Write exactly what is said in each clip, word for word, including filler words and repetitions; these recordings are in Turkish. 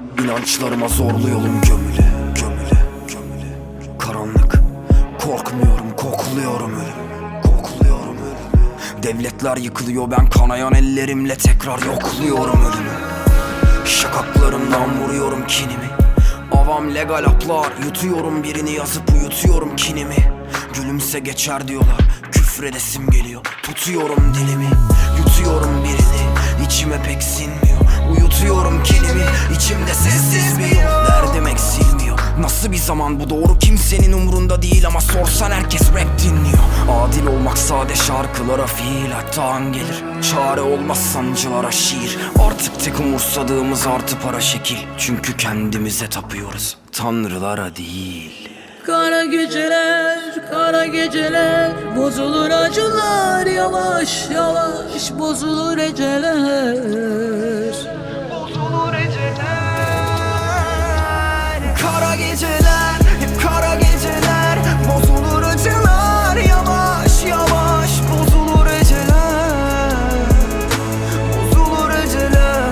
İnançlarıma zorlu yolum gömülü, gömülü, gömülü. Karanlık, korkmuyorum, kokluyorum ölüm, kokluyorum ölümü. Devletler yıkılıyor, ben kanayan ellerimle tekrar yokluyorum ölümü. Şakaklarımdan vuruyorum kinimi. Avam legal aplar, yutuyorum birini yazıp uyutuyorum kinimi. Gülümse geçer diyorlar, küfredesim geliyor, tutuyorum dilimi. Yutuyorum birini, içime pek sinmiyor. Uyutuyorum kinimi, içimde sessiz bir yol. Derdim eksilmiyor. Nasıl bir zaman bu, doğru kimsenin umrunda değil. Ama sorsan herkes rap dinliyor. Adil olmak sade şarkılara fiil, hatta an gelir. Çare olmaz sancılara şiir. Artık tek umursadığımız artı para şekil. Çünkü kendimize tapıyoruz, tanrılara değil. Kara geceler, kara geceler, bozulur acılar, yavaş yavaş bozulur eceler. Bozulur eceler. Kara geceler, hep kara geceler, bozulur acılar, yavaş yavaş bozulur eceler. Bozulur eceler.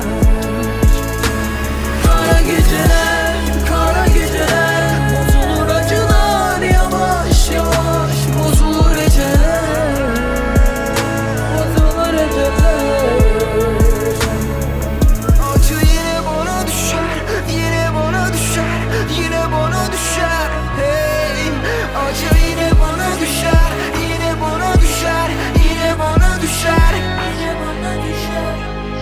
Kara geceler, kara geceler, bozulur acılar, yavaş yavaş bozulur eceler. Bozulur eceler. Acı yine bana düşer, yine bana düşer, yine bana düşer. Hey, acı yine bana düşer, yine bana düşer, yine bana düşer, yine bana düşer.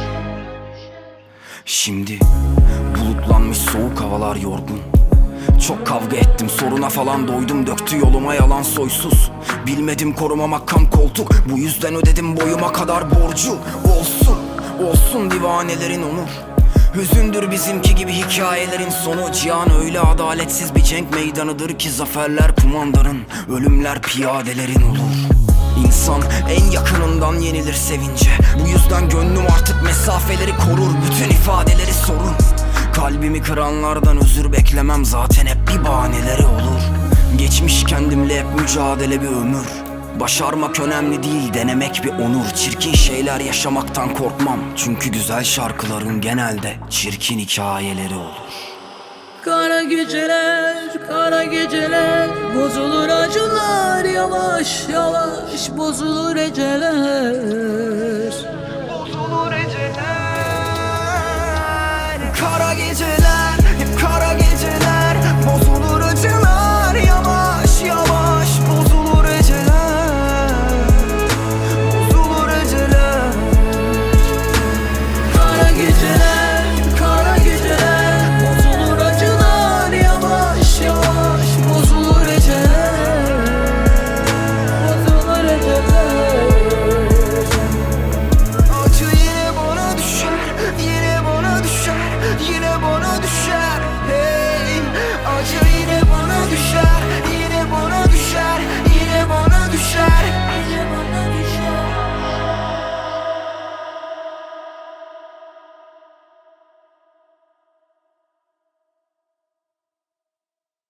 Şimdi bulutlanmış soğuk havalar yorgun. Çok kavga ettim, soruna falan doydum. Döktü yoluma yalan soysuz. Bilmedim koruma makam koltuk. Bu yüzden ödedim boyuma kadar borcu. Olsun, olsun divanelerin onur. Hüzündür bizimki gibi hikayelerin sonu. Cihan öyle adaletsiz bir cenk meydanıdır ki zaferler kumandanın, ölümler piyadelerin olur. İnsan en yakınından yenilir sevince. Bu yüzden gönlüm artık mesafeleri korur. Bütün ifadeleri sorun. Kalbimi kıranlardan özür beklemem, zaten hep bir bahaneleri olur. Geçmiş kendimle hep mücadele bir ömür. Başarmak önemli değil, denemek bir onur. Çirkin şeyler yaşamaktan korkmam, çünkü güzel şarkıların genelde çirkin hikayeleri olur. Kara geceler, kara geceler, bozulur acılar, yavaş yavaş bozulur eceler. Bozulur eceler. Kara geceler.